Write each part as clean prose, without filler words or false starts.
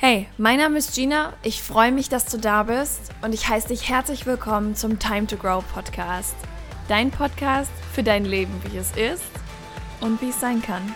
Hey, mein Name ist Gina, ich freue mich, dass du da bist und ich heiße dich herzlich willkommen zum Time to Grow Podcast. Dein Podcast für dein Leben, wie es ist und wie es sein kann.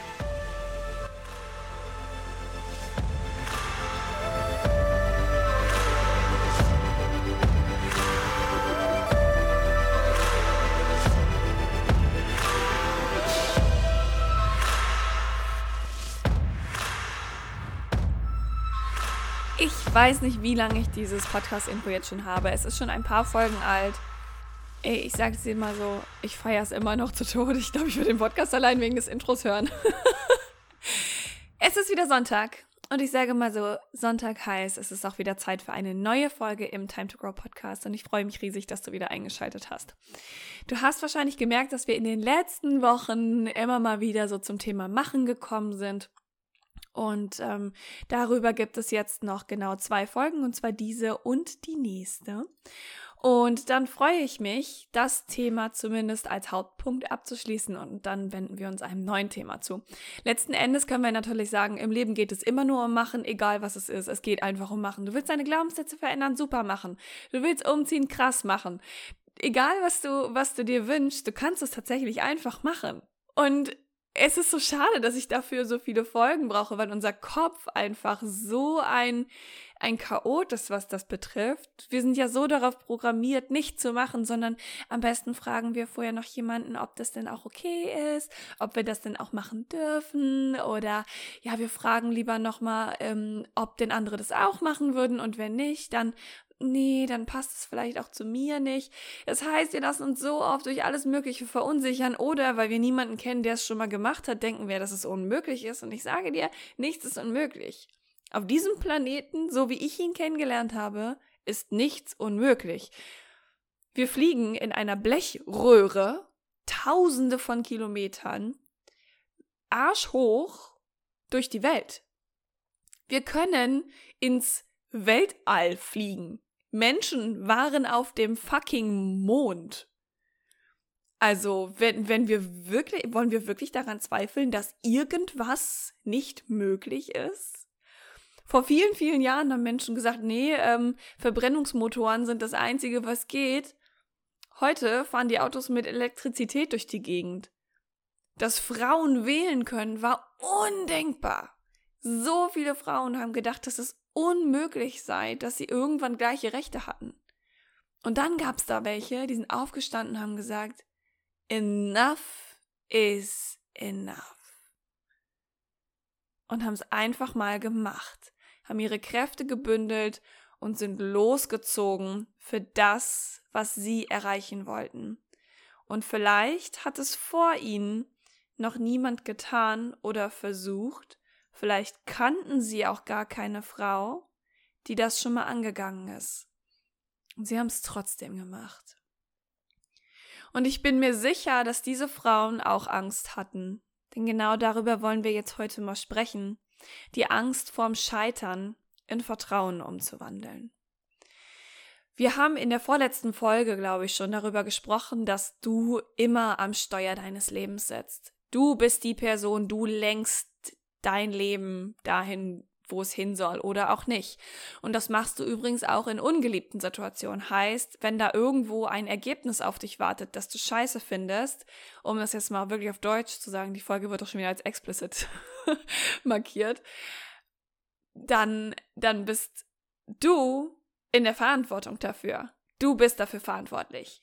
Ich weiß nicht, wie lange ich dieses Podcast-Intro jetzt schon habe. Es ist schon ein paar Folgen alt. Ey, ich sage es dir mal so, ich feiere es immer noch zu Tode. Ich glaube, ich würde den Podcast allein wegen des Intros hören. Es ist wieder Sonntag und ich sage mal so, Sonntag heißt, es ist auch wieder Zeit für eine neue Folge im Time to Grow Podcast und ich freue mich riesig, dass du wieder eingeschaltet hast. Du hast wahrscheinlich gemerkt, dass wir in den letzten Wochen immer mal wieder so zum Thema Machen gekommen sind. Und darüber gibt es jetzt noch genau 2 Folgen, und zwar diese und die nächste. Und dann freue ich mich, das Thema zumindest als Hauptpunkt abzuschließen und dann wenden wir uns einem neuen Thema zu. Letzten Endes können wir natürlich sagen, im Leben geht es immer nur um Machen, egal was es ist. Es geht einfach um Machen. Du willst deine Glaubenssätze verändern, super machen. Du willst umziehen, krass machen. Egal was du dir wünschst, du kannst es tatsächlich einfach machen. Und es ist so schade, dass ich dafür so viele Folgen brauche, weil unser Kopf einfach so ein Chaot ist, was das betrifft. Wir sind ja so darauf programmiert, nicht zu machen, sondern am besten fragen wir vorher noch jemanden, ob das denn auch okay ist, ob wir das denn auch machen dürfen oder ja, wir fragen lieber nochmal, ob denn andere das auch machen würden und wenn nicht, dann passt es vielleicht auch zu mir nicht. Das heißt, wir lassen uns so oft durch alles Mögliche verunsichern oder weil wir niemanden kennen, der es schon mal gemacht hat, denken wir, dass es unmöglich ist. Und ich sage dir, nichts ist unmöglich. Auf diesem Planeten, so wie ich ihn kennengelernt habe, ist nichts unmöglich. Wir fliegen in einer Blechröhre Tausende von Kilometern arschhoch durch die Welt. Wir können ins Weltall fliegen. Menschen waren auf dem fucking Mond. Also, wollen wir wirklich daran zweifeln, dass irgendwas nicht möglich ist? Vor vielen, vielen Jahren haben Menschen gesagt, Verbrennungsmotoren sind das Einzige, was geht. Heute fahren die Autos mit Elektrizität durch die Gegend. Dass Frauen wählen können, war undenkbar. So viele Frauen haben gedacht, dass es unmöglich sei, dass sie irgendwann gleiche Rechte hatten. Und dann gab es da welche, die sind aufgestanden und haben gesagt, enough is enough. Und haben es einfach mal gemacht, haben ihre Kräfte gebündelt und sind losgezogen für das, was sie erreichen wollten. Und vielleicht hat es vor ihnen noch niemand getan oder versucht. Vielleicht kannten sie auch gar keine Frau, die das schon mal angegangen ist. Und sie haben es trotzdem gemacht. Und ich bin mir sicher, dass diese Frauen auch Angst hatten. Denn genau darüber wollen wir jetzt heute mal sprechen. Die Angst vorm Scheitern in Vertrauen umzuwandeln. Wir haben in der vorletzten Folge, glaube ich, schon darüber gesprochen, dass du immer am Steuer deines Lebens sitzt. Du bist die Person, du lenkst dein Leben dahin, wo es hin soll oder auch nicht. Und das machst du übrigens auch in ungeliebten Situationen. Heißt, wenn da irgendwo ein Ergebnis auf dich wartet, das du scheiße findest, um das jetzt mal wirklich auf Deutsch zu sagen, die Folge wird doch schon wieder als explicit markiert, dann bist du in der Verantwortung dafür. Du bist dafür verantwortlich.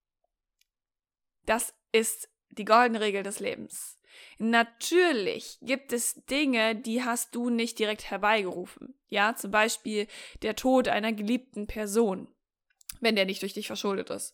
Das ist die goldene Regel des Lebens. Natürlich gibt es Dinge, die hast du nicht direkt herbeigerufen. Ja, zum Beispiel der Tod einer geliebten Person, wenn der nicht durch dich verschuldet ist.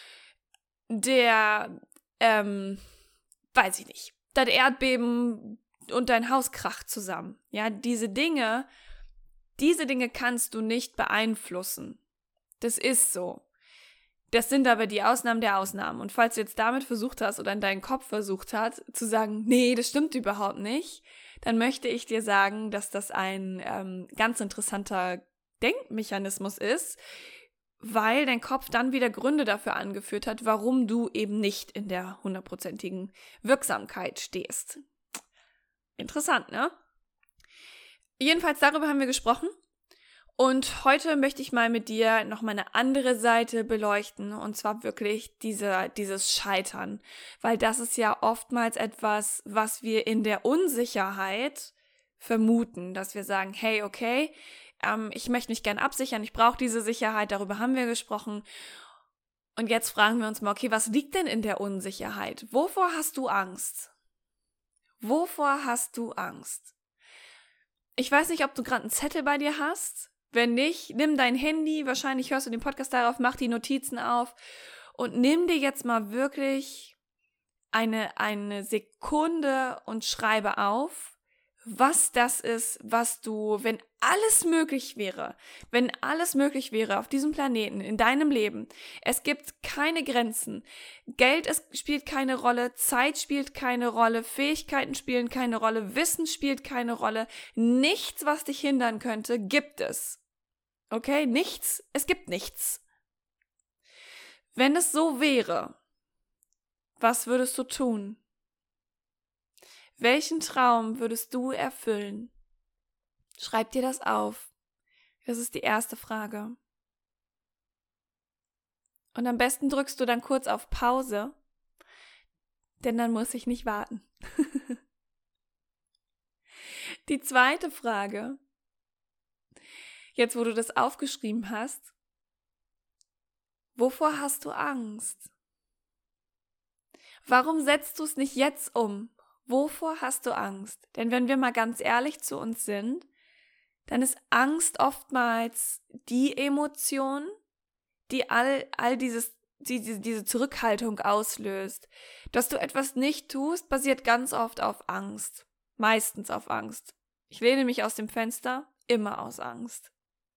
Der, weiß ich nicht, das Erdbeben und dein Haus kracht zusammen. Ja, diese Dinge kannst du nicht beeinflussen. Das ist so. Das sind aber die Ausnahmen der Ausnahmen. Und falls du jetzt damit versucht hast oder in deinen Kopf versucht hast, zu sagen, nee, das stimmt überhaupt nicht, dann möchte ich dir sagen, dass das ein ganz interessanter Denkmechanismus ist, weil dein Kopf dann wieder Gründe dafür angeführt hat, warum du eben nicht in der 100%igen Wirksamkeit stehst. Interessant, ne? Jedenfalls darüber haben wir gesprochen. Und heute möchte ich mal mit dir noch mal eine andere Seite beleuchten, und zwar wirklich dieses Scheitern. Weil das ist ja oftmals etwas, was wir in der Unsicherheit vermuten, dass wir sagen, hey, okay, ich möchte mich gern absichern, ich brauche diese Sicherheit, darüber haben wir gesprochen. Und jetzt fragen wir uns mal, okay, was liegt denn in der Unsicherheit? Wovor hast du Angst? Wovor hast du Angst? Ich weiß nicht, ob du gerade einen Zettel bei dir hast. Wenn nicht, nimm dein Handy, wahrscheinlich hörst du den Podcast darauf, mach die Notizen auf und nimm dir jetzt mal wirklich eine Sekunde und schreibe auf, was das ist, was du, wenn alles möglich wäre auf diesem Planeten, in deinem Leben, es gibt keine Grenzen, Geld spielt keine Rolle, Zeit spielt keine Rolle, Fähigkeiten spielen keine Rolle, Wissen spielt keine Rolle, nichts, was dich hindern könnte, gibt es. Okay, nichts, es gibt nichts. Wenn es so wäre, was würdest du tun? Welchen Traum würdest du erfüllen? Schreib dir das auf. Das ist die erste Frage. Und am besten drückst du dann kurz auf Pause, denn dann muss ich nicht warten. Die zweite Frage, jetzt wo du das aufgeschrieben hast, wovor hast du Angst? Warum setzt du es nicht jetzt um? Wovor hast du Angst? Denn wenn wir mal ganz ehrlich zu uns sind, dann ist Angst oftmals die Emotion, die diese Zurückhaltung auslöst. Dass du etwas nicht tust, basiert ganz oft auf Angst. Meistens auf Angst. Ich lehne mich aus dem Fenster, immer aus Angst.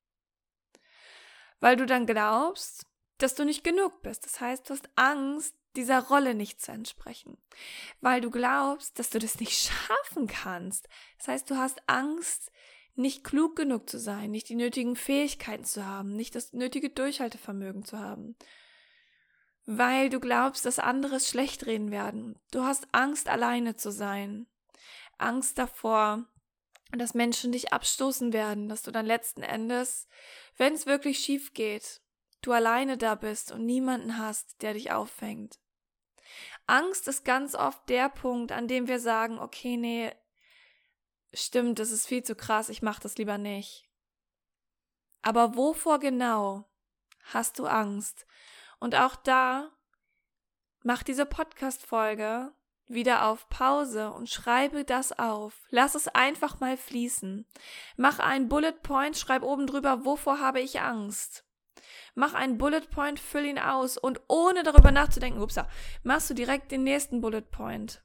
Weil du dann glaubst, dass du nicht genug bist. Das heißt, du hast Angst, dieser Rolle nicht zu entsprechen. Weil du glaubst, dass du das nicht schaffen kannst. Das heißt, du hast Angst, nicht klug genug zu sein, nicht die nötigen Fähigkeiten zu haben, nicht das nötige Durchhaltevermögen zu haben. Weil du glaubst, dass andere es schlecht reden werden. Du hast Angst, alleine zu sein. Angst davor, dass Menschen dich abstoßen werden, dass du dann letzten Endes, wenn es wirklich schief geht, du alleine da bist und niemanden hast, der dich auffängt. Angst ist ganz oft der Punkt, an dem wir sagen, okay, nee, stimmt, das ist viel zu krass, ich mach das lieber nicht. Aber wovor genau hast du Angst? Und auch da, mach diese Podcast-Folge wieder auf Pause und schreibe das auf. Lass es einfach mal fließen. Mach einen Bullet Point, schreib oben drüber, wovor habe ich Angst? Mach einen Bullet Point, füll ihn aus und ohne darüber nachzudenken, machst du direkt den nächsten Bullet Point.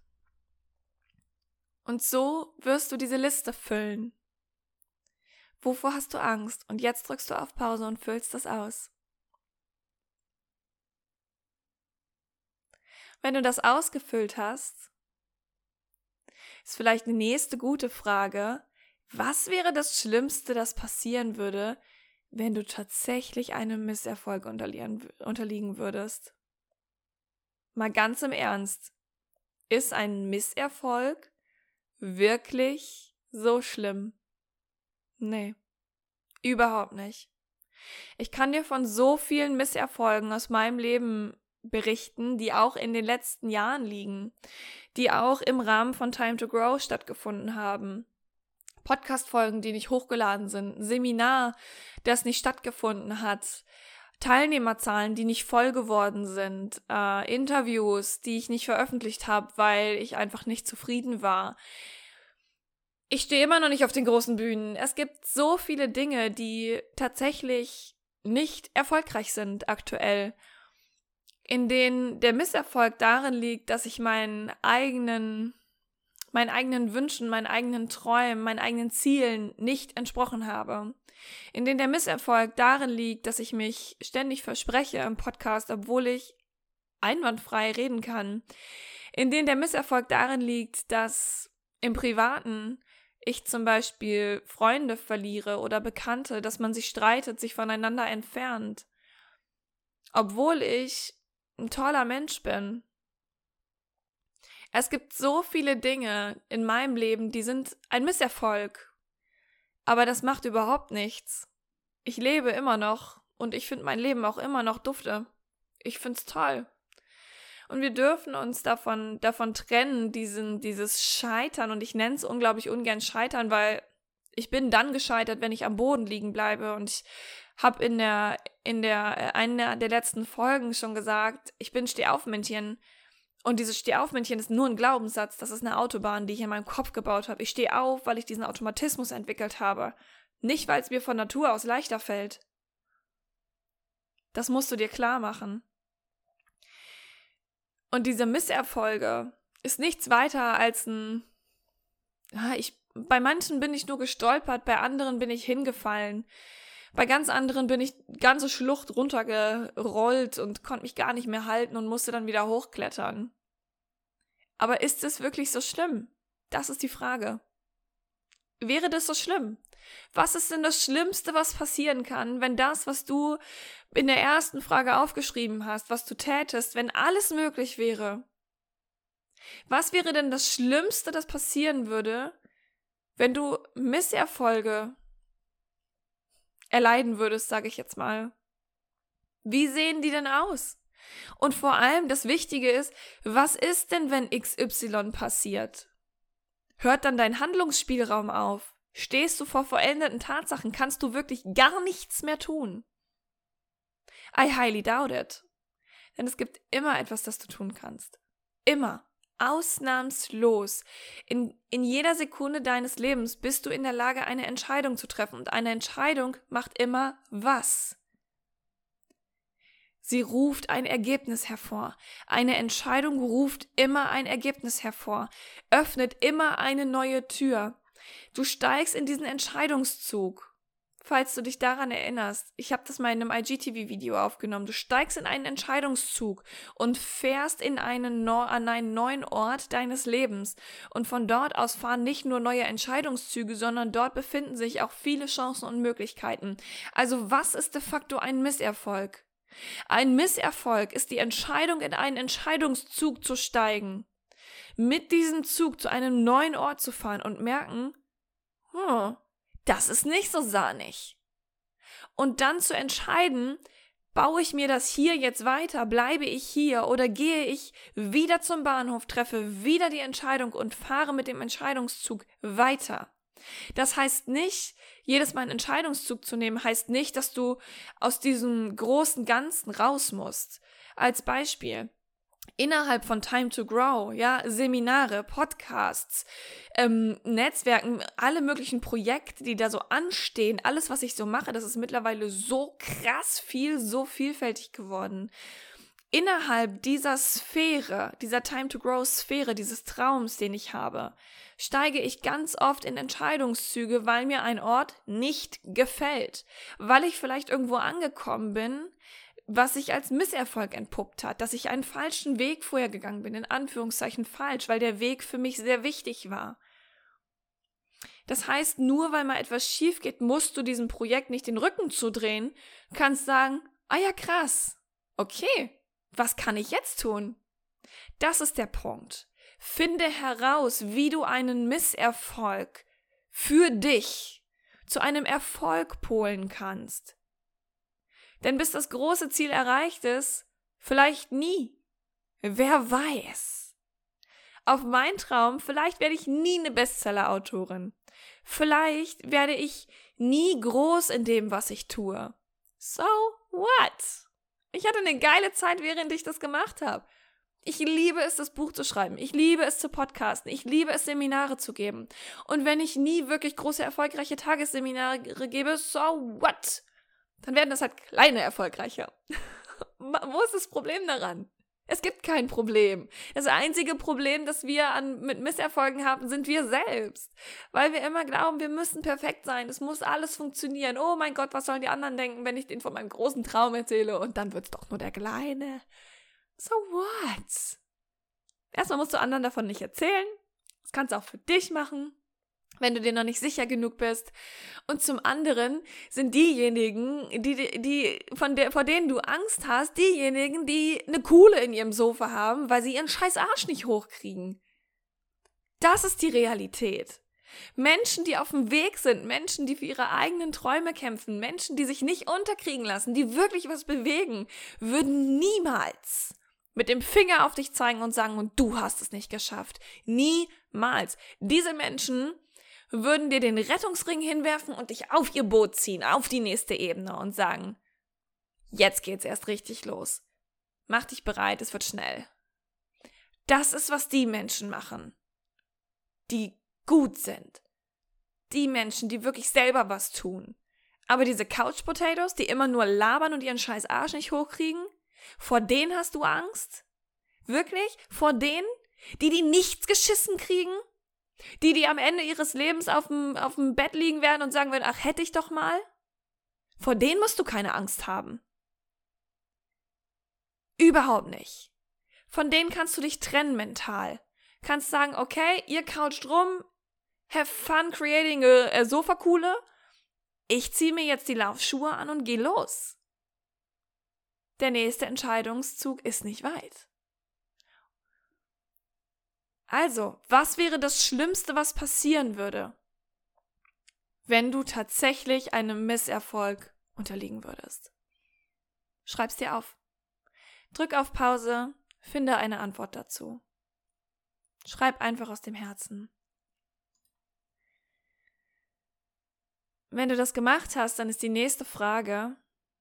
Und so wirst du diese Liste füllen. Wovor hast du Angst? Und jetzt drückst du auf Pause und füllst das aus. Wenn du das ausgefüllt hast, ist vielleicht eine nächste gute Frage, was wäre das Schlimmste, das passieren würde, wenn du tatsächlich einem Misserfolg unterliegen würdest? Mal ganz im Ernst, ist ein Misserfolg wirklich so schlimm? Nee, überhaupt nicht. Ich kann dir von so vielen Misserfolgen aus meinem Leben berichten, die auch in den letzten Jahren liegen, die auch im Rahmen von Time to Grow stattgefunden haben. Podcast-Folgen, die nicht hochgeladen sind, ein Seminar, das nicht stattgefunden hat, Teilnehmerzahlen, die nicht voll geworden sind, Interviews, die ich nicht veröffentlicht habe, weil ich einfach nicht zufrieden war. Ich stehe immer noch nicht auf den großen Bühnen. Es gibt so viele Dinge, die tatsächlich nicht erfolgreich sind aktuell, in denen der Misserfolg darin liegt, dass ich meinen eigenen Wünschen, meinen eigenen Träumen, meinen eigenen Zielen nicht entsprochen habe. In denen der Misserfolg darin liegt, dass ich mich ständig verspreche im Podcast, obwohl ich einwandfrei reden kann. In denen der Misserfolg darin liegt, dass im Privaten ich zum Beispiel Freunde verliere oder Bekannte, dass man sich streitet, sich voneinander entfernt. Obwohl ich ein toller Mensch bin. Es gibt so viele Dinge in meinem Leben, die sind ein Misserfolg. Aber das macht überhaupt nichts. Ich lebe immer noch und ich finde mein Leben auch immer noch dufte. Ich find's toll. Und wir dürfen uns davon trennen, dieses Scheitern, und ich nenne es unglaublich ungern Scheitern, weil ich bin dann gescheitert, wenn ich am Boden liegen bleibe, und ich habe in einer der letzten Folgen schon gesagt, ich bin Stehaufmännchen, und dieses Stehaufmännchen ist nur ein Glaubenssatz, das ist eine Autobahn, die ich in meinem Kopf gebaut habe. Ich stehe auf, weil ich diesen Automatismus entwickelt habe, nicht weil es mir von Natur aus leichter fällt. Das musst du dir klar machen. Und diese Misserfolge ist nichts weiter als bei manchen bin ich nur gestolpert, bei anderen bin ich hingefallen. Bei ganz anderen bin ich ganze Schlucht runtergerollt und konnte mich gar nicht mehr halten und musste dann wieder hochklettern. Aber ist es wirklich so schlimm? Das ist die Frage. Wäre das so schlimm? Was ist denn das Schlimmste, was passieren kann, wenn das, was du in der ersten Frage aufgeschrieben hast, was du tätest, wenn alles möglich wäre? Was wäre denn das Schlimmste, das passieren würde, wenn du Misserfolge erleiden würdest, sage ich jetzt mal? Wie sehen die denn aus? Und vor allem das Wichtige ist, was ist denn, wenn XY passiert? Hört dann dein Handlungsspielraum auf? Stehst du vor vollendeten Tatsachen? Kannst du wirklich gar nichts mehr tun? I highly doubt it. Denn es gibt immer etwas, das du tun kannst. Immer. Ausnahmslos. In jeder Sekunde deines Lebens bist du in der Lage, eine Entscheidung zu treffen. Und eine Entscheidung macht immer was? Sie ruft ein Ergebnis hervor. Eine Entscheidung ruft immer ein Ergebnis hervor. Öffnet immer eine neue Tür. Du steigst in diesen Entscheidungszug. Falls du dich daran erinnerst, ich habe das mal in einem IGTV-Video aufgenommen. Du steigst in einen Entscheidungszug und fährst an einen neuen Ort deines Lebens. Und von dort aus fahren nicht nur neue Entscheidungszüge, sondern dort befinden sich auch viele Chancen und Möglichkeiten. Also was ist de facto ein Misserfolg? Ein Misserfolg ist die Entscheidung, in einen Entscheidungszug zu steigen, mit diesem Zug zu einem neuen Ort zu fahren und merken, das ist nicht so sahnig. Und dann zu entscheiden, baue ich mir das hier jetzt weiter, bleibe ich hier oder gehe ich wieder zum Bahnhof, treffe wieder die Entscheidung und fahre mit dem Entscheidungszug weiter. Das heißt nicht, jedes Mal einen Entscheidungszug zu nehmen, heißt nicht, dass du aus diesem großen Ganzen raus musst. Als Beispiel, innerhalb von Time to Grow, ja, Seminare, Podcasts, Netzwerken, alle möglichen Projekte, die da so anstehen, alles, was ich so mache, das ist mittlerweile so krass viel, so vielfältig geworden. Innerhalb dieser Sphäre, dieser Time to Grow Sphäre, dieses Traums, den ich habe, steige ich ganz oft in Entscheidungszüge, weil mir ein Ort nicht gefällt, weil ich vielleicht irgendwo angekommen bin, was sich als Misserfolg entpuppt hat, dass ich einen falschen Weg vorher gegangen bin, in Anführungszeichen falsch, weil der Weg für mich sehr wichtig war. Das heißt, nur weil mal etwas schief geht, musst du diesem Projekt nicht den Rücken zudrehen, kannst sagen, ah ja, krass, okay, was kann ich jetzt tun? Das ist der Punkt. Finde heraus, wie du einen Misserfolg für dich zu einem Erfolg polen kannst. Denn bis das große Ziel erreicht ist, vielleicht nie. Wer weiß. Auf meinen Traum, vielleicht werde ich nie eine Bestseller-Autorin. Vielleicht werde ich nie groß in dem, was ich tue. So what? Ich hatte eine geile Zeit, während ich das gemacht habe. Ich liebe es, das Buch zu schreiben. Ich liebe es zu podcasten. Ich liebe es, Seminare zu geben. Und wenn ich nie wirklich große, erfolgreiche Tagesseminare gebe, so what? Dann werden das halt kleine, erfolgreiche. Wo ist das Problem daran? Es gibt kein Problem. Das einzige Problem, das wir mit Misserfolgen haben, sind wir selbst. Weil wir immer glauben, wir müssen perfekt sein. Es muss alles funktionieren. Oh mein Gott, was sollen die anderen denken, wenn ich denen von meinem großen Traum erzähle? Und dann wird's doch nur der kleine. So what? Erstmal musst du anderen davon nicht erzählen. Das kannst du auch für dich machen, wenn du dir noch nicht sicher genug bist. Und zum anderen sind diejenigen, vor denen du Angst hast, diejenigen, die eine Kuhle in ihrem Sofa haben, weil sie ihren scheiß Arsch nicht hochkriegen. Das ist die Realität. Menschen, die auf dem Weg sind, Menschen, die für ihre eigenen Träume kämpfen, Menschen, die sich nicht unterkriegen lassen, die wirklich was bewegen, würden niemals mit dem Finger auf dich zeigen und sagen, und du hast es nicht geschafft. Niemals. Diese Menschen würden dir den Rettungsring hinwerfen und dich auf ihr Boot ziehen, auf die nächste Ebene und sagen, jetzt geht's erst richtig los. Mach dich bereit, es wird schnell. Das ist, was die Menschen machen, die gut sind. Die Menschen, die wirklich selber was tun. Aber diese Couch Potatoes, die immer nur labern und ihren scheiß Arsch nicht hochkriegen, vor denen hast du Angst? Wirklich? Vor denen? Die nichts geschissen kriegen? Die am Ende ihres Lebens auf dem Bett liegen werden und sagen werden, ach, hätte ich doch mal? Vor denen musst du keine Angst haben. Überhaupt nicht. Von denen kannst du dich trennen mental. Kannst sagen, okay, ihr coucht rum, have fun creating a Sofakuhle. Ich ziehe mir jetzt die Laufschuhe an und gehe los. Der nächste Entscheidungszug ist nicht weit. Also, was wäre das Schlimmste, was passieren würde, wenn du tatsächlich einem Misserfolg unterliegen würdest? Schreib's dir auf. Drück auf Pause, finde eine Antwort dazu. Schreib einfach aus dem Herzen. Wenn du das gemacht hast, dann ist die nächste Frage,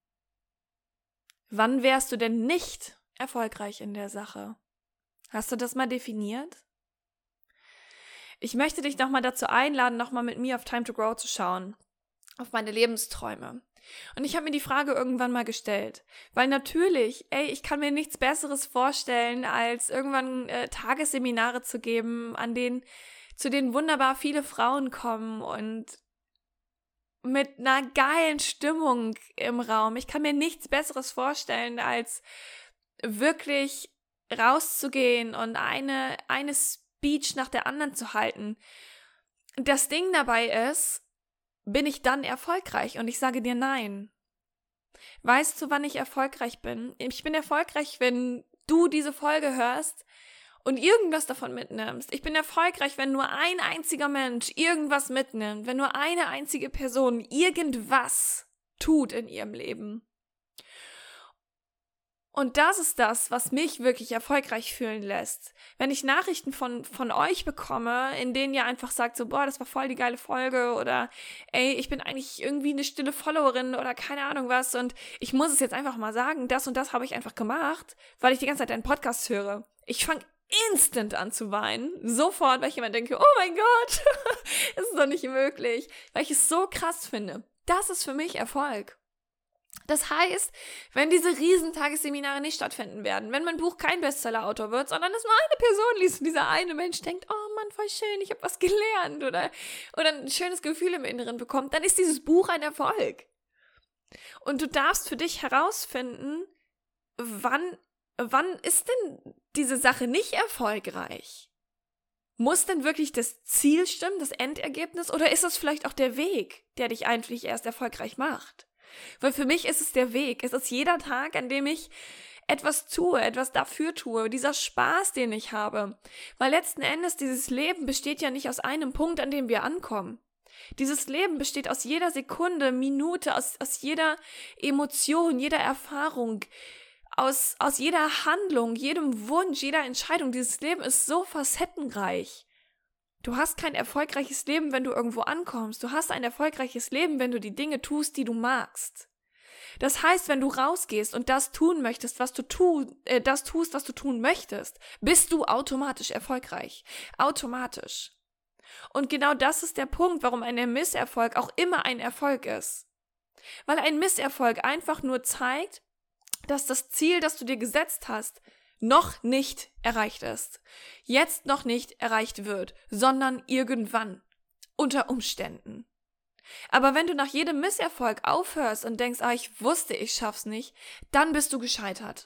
wann wärst du denn nicht erfolgreich in der Sache? Hast du das mal definiert? Ich möchte dich nochmal dazu einladen, nochmal mit mir auf Time to Grow zu schauen, auf meine Lebensträume. Und ich habe mir die Frage irgendwann mal gestellt, weil natürlich, ich kann mir nichts Besseres vorstellen, als irgendwann Tagesseminare zu geben, zu denen wunderbar viele Frauen kommen und mit einer geilen Stimmung im Raum. Ich kann mir nichts Besseres vorstellen, als wirklich rauszugehen und eine Speech nach der anderen zu halten. Das Ding dabei ist, bin ich dann erfolgreich? Und ich sage dir nein. Weißt du, wann ich erfolgreich bin? Ich bin erfolgreich, wenn du diese Folge hörst und irgendwas davon mitnimmst. Ich bin erfolgreich, wenn nur ein einziger Mensch irgendwas mitnimmt, wenn nur eine einzige Person irgendwas tut in ihrem Leben. Und das ist das, was mich wirklich erfolgreich fühlen lässt. Wenn ich Nachrichten von euch bekomme, in denen ihr einfach sagt so, boah, das war voll die geile Folge oder ich bin eigentlich irgendwie eine stille Followerin oder keine Ahnung was und ich muss es jetzt einfach mal sagen, das und das habe ich einfach gemacht, weil ich die ganze Zeit deinen Podcast höre. Ich fange instant an zu weinen, sofort, weil ich immer denke, oh mein Gott, das ist doch nicht möglich, weil ich es so krass finde. Das ist für mich Erfolg. Das heißt, wenn diese Riesentagesseminare nicht stattfinden werden, wenn mein Buch kein Bestseller-Autor wird, sondern es nur eine Person liest und dieser eine Mensch denkt, oh Mann, voll schön, ich habe was gelernt oder ein schönes Gefühl im Inneren bekommt, dann ist dieses Buch ein Erfolg. Und du darfst für dich herausfinden, wann ist denn diese Sache nicht erfolgreich? Muss denn wirklich das Ziel stimmen, das Endergebnis, oder ist es vielleicht auch der Weg, der dich eigentlich erst erfolgreich macht? Weil für mich ist es der Weg. Es ist jeder Tag, an dem ich etwas tue, etwas dafür tue, dieser Spaß, den ich habe. Weil letzten Endes dieses Leben besteht ja nicht aus einem Punkt, an dem wir ankommen. Dieses Leben besteht aus jeder Sekunde, Minute, aus jeder Emotion, jeder Erfahrung, aus jeder Handlung, jedem Wunsch, jeder Entscheidung. Dieses Leben ist so facettenreich. Du hast kein erfolgreiches Leben, wenn du irgendwo ankommst. Du hast ein erfolgreiches Leben, wenn du die Dinge tust, die du magst. Das heißt, wenn du rausgehst und das tun möchtest, was du tust, was du tun möchtest, bist du automatisch erfolgreich. Automatisch. Und genau das ist der Punkt, warum ein Misserfolg auch immer ein Erfolg ist. Weil ein Misserfolg einfach nur zeigt, dass das Ziel, das du dir gesetzt hast, noch nicht erreicht ist, jetzt noch nicht erreicht wird, sondern irgendwann, unter Umständen. Aber wenn du nach jedem Misserfolg aufhörst und denkst, ich wusste, ich schaff's nicht, dann bist du gescheitert.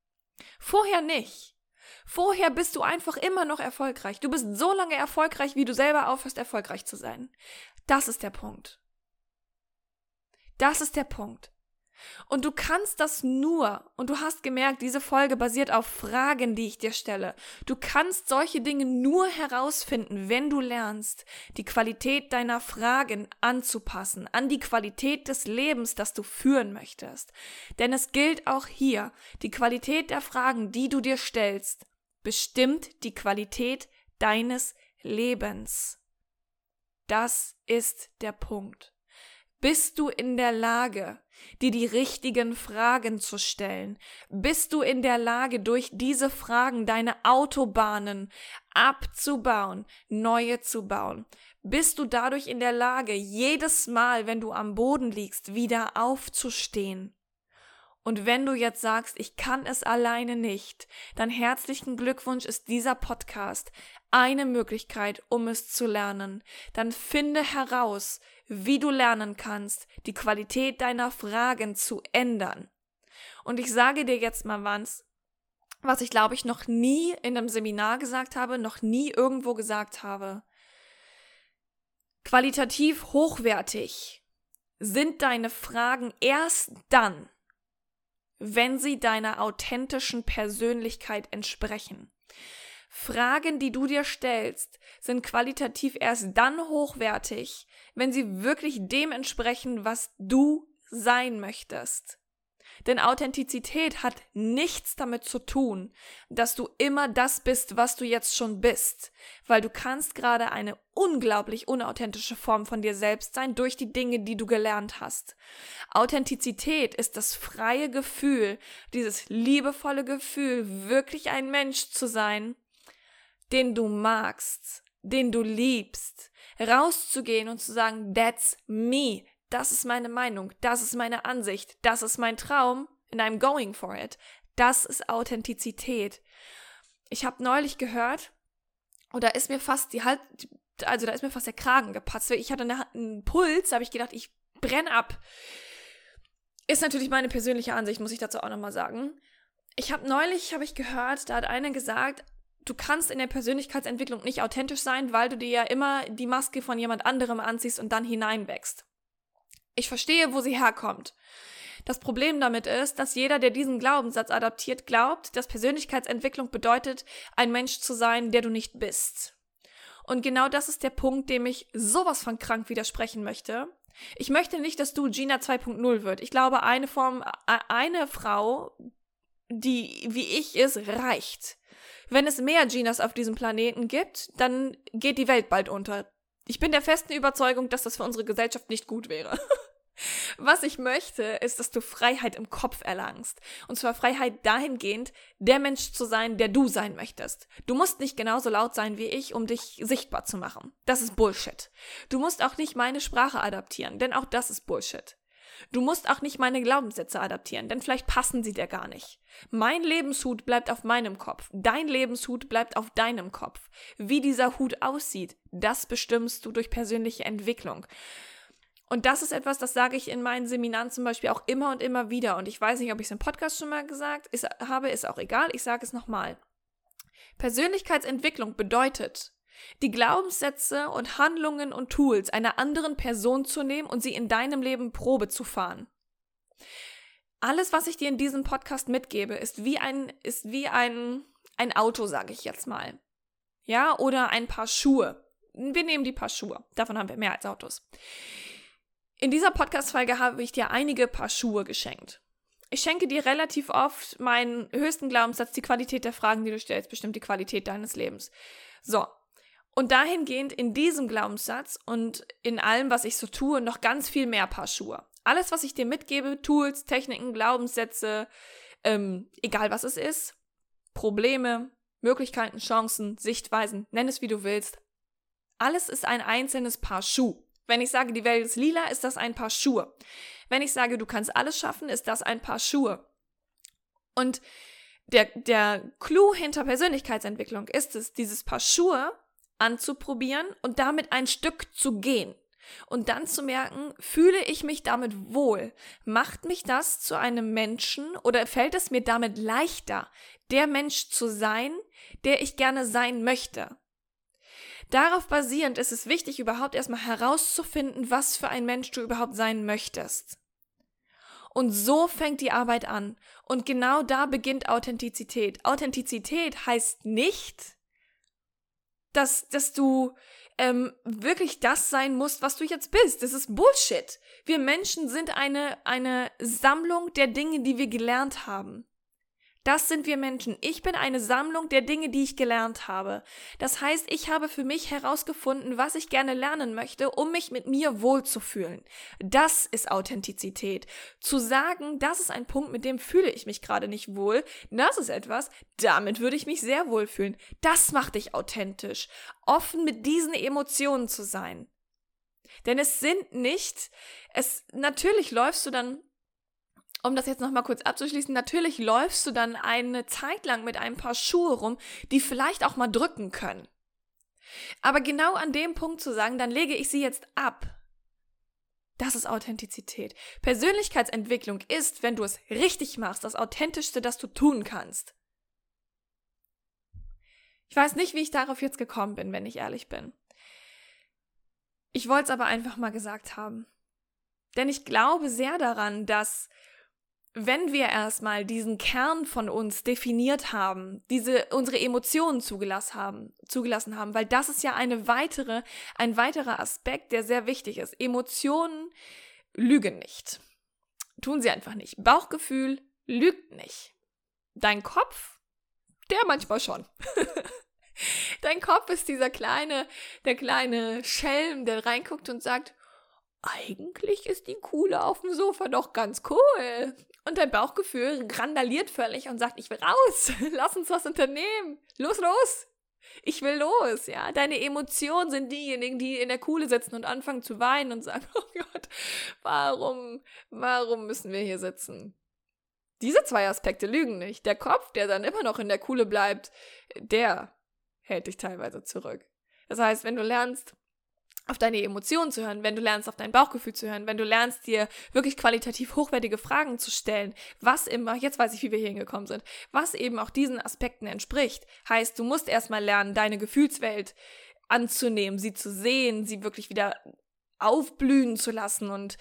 Vorher nicht. Vorher bist du einfach immer noch erfolgreich. Du bist so lange erfolgreich, wie du selber aufhörst, erfolgreich zu sein. Das ist der Punkt. Das ist der Punkt. Und du kannst das nur, und du hast gemerkt, diese Folge basiert auf Fragen, die ich dir stelle. Du kannst solche Dinge nur herausfinden, wenn du lernst, die Qualität deiner Fragen anzupassen, an die Qualität des Lebens, das du führen möchtest. Denn es gilt auch hier, die Qualität der Fragen, die du dir stellst, bestimmt die Qualität deines Lebens. Das ist der Punkt. Bist du in der Lage, dir die richtigen Fragen zu stellen? Bist du in der Lage, durch diese Fragen deine Autobahnen abzubauen, neue zu bauen? Bist du dadurch in der Lage, jedes Mal, wenn du am Boden liegst, wieder aufzustehen? Und wenn du jetzt sagst, ich kann es alleine nicht, dann herzlichen Glückwunsch, ist dieser Podcast eine Möglichkeit, um es zu lernen. Dann finde heraus, wie du lernen kannst, die Qualität deiner Fragen zu ändern. Und ich sage dir jetzt mal was ich glaube ich noch nie in einem Seminar gesagt habe, noch nie irgendwo gesagt habe. Qualitativ hochwertig sind deine Fragen erst dann, wenn sie deiner authentischen Persönlichkeit entsprechen. Fragen, die du dir stellst, sind qualitativ erst dann hochwertig, wenn sie wirklich dem entsprechen, was du sein möchtest. Denn Authentizität hat nichts damit zu tun, dass du immer das bist, was du jetzt schon bist, weil du kannst gerade eine unglaublich unauthentische Form von dir selbst sein durch die Dinge, die du gelernt hast. Authentizität ist das freie Gefühl, dieses liebevolle Gefühl, wirklich ein Mensch zu sein, den du magst, den du liebst, rauszugehen und zu sagen, that's me. Das ist meine Meinung, das ist meine Ansicht, das ist mein Traum and I'm going for it. Das ist Authentizität. Ich habe neulich gehört, und da ist mir fast der Kragen gepatzt. Ich hatte einen Puls, da habe ich gedacht, ich brenne ab. Ist natürlich meine persönliche Ansicht, muss ich dazu auch nochmal sagen. Neulich habe ich gehört, da hat einer gesagt, du kannst in der Persönlichkeitsentwicklung nicht authentisch sein, weil du dir ja immer die Maske von jemand anderem anziehst und dann hineinwächst. Ich verstehe, wo sie herkommt. Das Problem damit ist, dass jeder, der diesen Glaubenssatz adaptiert, glaubt, dass Persönlichkeitsentwicklung bedeutet, ein Mensch zu sein, der du nicht bist. Und genau das ist der Punkt, dem ich sowas von krank widersprechen möchte. Ich möchte nicht, dass du Gina 2.0 wird. Ich glaube, eine Frau, die wie ich ist, reicht. Wenn es mehr Ginas auf diesem Planeten gibt, dann geht die Welt bald unter. Ich bin der festen Überzeugung, dass das für unsere Gesellschaft nicht gut wäre. Was ich möchte, ist, dass du Freiheit im Kopf erlangst. Und zwar Freiheit dahingehend, der Mensch zu sein, der du sein möchtest. Du musst nicht genauso laut sein wie ich, um dich sichtbar zu machen. Das ist Bullshit. Du musst auch nicht meine Sprache adaptieren, denn auch das ist Bullshit. Du musst auch nicht meine Glaubenssätze adaptieren, denn vielleicht passen sie dir gar nicht. Mein Lebenshut bleibt auf meinem Kopf. Dein Lebenshut bleibt auf deinem Kopf. Wie dieser Hut aussieht, das bestimmst du durch persönliche Entwicklung. Und das ist etwas, das sage ich in meinen Seminaren zum Beispiel auch immer und immer wieder. Und ich weiß nicht, ob ich es im Podcast schon mal gesagt habe, ist auch egal, ich sage es nochmal. Persönlichkeitsentwicklung bedeutet, die Glaubenssätze und Handlungen und Tools einer anderen Person zu nehmen und sie in deinem Leben Probe zu fahren. Alles, was ich dir in diesem Podcast mitgebe, ist wie ein Auto, sage ich jetzt mal. Ja, oder ein Paar Schuhe. Wir nehmen die Paar Schuhe. Davon haben wir mehr als Autos. In dieser Podcast-Folge habe ich dir einige Paar Schuhe geschenkt. Ich schenke dir relativ oft meinen höchsten Glaubenssatz, die Qualität der Fragen, die du stellst, bestimmt die Qualität deines Lebens. So. Und dahingehend in diesem Glaubenssatz und in allem, was ich so tue, noch ganz viel mehr Paar Schuhe. Alles, was ich dir mitgebe, Tools, Techniken, Glaubenssätze, egal was es ist, Probleme, Möglichkeiten, Chancen, Sichtweisen, nenn es wie du willst. Alles ist ein einzelnes Paar Schuh. Wenn ich sage, die Welt ist lila, ist das ein Paar Schuhe. Wenn ich sage, du kannst alles schaffen, ist das ein Paar Schuhe. Und der Clou hinter Persönlichkeitsentwicklung ist es, dieses Paar Schuhe anzuprobieren und damit ein Stück zu gehen. Und dann zu merken, fühle ich mich damit wohl? Macht mich das zu einem Menschen oder fällt es mir damit leichter, der Mensch zu sein, der ich gerne sein möchte? Darauf basierend ist es wichtig, überhaupt erstmal herauszufinden, was für ein Mensch du überhaupt sein möchtest. Und so fängt die Arbeit an. Und genau da beginnt Authentizität. Authentizität heißt nicht, dass du wirklich das sein musst, was du jetzt bist. Das ist Bullshit. Wir Menschen sind eine Sammlung der Dinge, die wir gelernt haben. Das sind wir Menschen. Ich bin eine Sammlung der Dinge, die ich gelernt habe. Das heißt, ich habe für mich herausgefunden, was ich gerne lernen möchte, um mich mit mir wohlzufühlen. Das ist Authentizität. Zu sagen, das ist ein Punkt, mit dem fühle ich mich gerade nicht wohl, das ist etwas, damit würde ich mich sehr wohlfühlen. Das macht dich authentisch. Offen mit diesen Emotionen zu sein. Denn natürlich läufst du dann, um das jetzt nochmal kurz abzuschließen, natürlich läufst du dann eine Zeit lang mit ein paar Schuhe rum, die vielleicht auch mal drücken können. Aber genau an dem Punkt zu sagen, dann lege ich sie jetzt ab. Das ist Authentizität. Persönlichkeitsentwicklung ist, wenn du es richtig machst, das Authentischste, das du tun kannst. Ich weiß nicht, wie ich darauf jetzt gekommen bin, wenn ich ehrlich bin. Ich wollte es aber einfach mal gesagt haben. Denn ich glaube sehr daran, dass wenn wir erstmal diesen Kern von uns definiert haben, unsere Emotionen zugelassen haben, weil das ist ja ein weiterer Aspekt, der sehr wichtig ist. Emotionen lügen nicht. Tun sie einfach nicht. Bauchgefühl lügt nicht. Dein Kopf, der manchmal schon. Dein Kopf ist der kleine Schelm, der reinguckt und sagt, eigentlich ist die Kuhle auf dem Sofa doch ganz cool. Und dein Bauchgefühl randaliert völlig und sagt, ich will raus, lass uns was unternehmen, los, ich will los, ja. Deine Emotionen sind diejenigen, die in der Kuhle sitzen und anfangen zu weinen und sagen, oh Gott, warum müssen wir hier sitzen? Diese zwei Aspekte lügen nicht. Der Kopf, der dann immer noch in der Kuhle bleibt, der hält dich teilweise zurück. Das heißt, wenn du lernst, auf deine Emotionen zu hören, wenn du lernst, auf dein Bauchgefühl zu hören, wenn du lernst, dir wirklich qualitativ hochwertige Fragen zu stellen, was immer, jetzt weiß ich, wie wir hier hingekommen sind, was eben auch diesen Aspekten entspricht, heißt, du musst erstmal lernen, deine Gefühlswelt anzunehmen, sie zu sehen, sie wirklich wieder aufblühen zu lassen und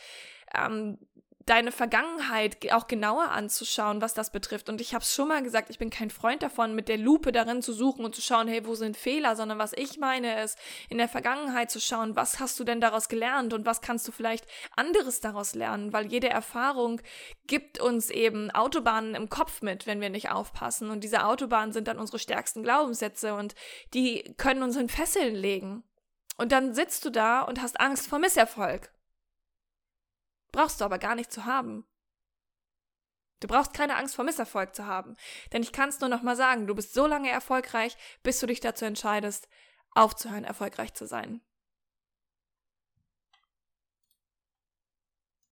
deine Vergangenheit auch genauer anzuschauen, was das betrifft. Und ich habe es schon mal gesagt, ich bin kein Freund davon, mit der Lupe darin zu suchen und zu schauen, hey, wo sind Fehler, sondern was ich meine ist, in der Vergangenheit zu schauen, was hast du denn daraus gelernt und was kannst du vielleicht anderes daraus lernen, weil jede Erfahrung gibt uns eben Autobahnen im Kopf mit, wenn wir nicht aufpassen. Und diese Autobahnen sind dann unsere stärksten Glaubenssätze und die können uns in Fesseln legen. Und dann sitzt du da und hast Angst vor Misserfolg. Brauchst du aber gar nicht zu haben. Du brauchst keine Angst vor Misserfolg zu haben. Denn ich kann es nur noch mal sagen, du bist so lange erfolgreich, bis du dich dazu entscheidest, aufzuhören, erfolgreich zu sein.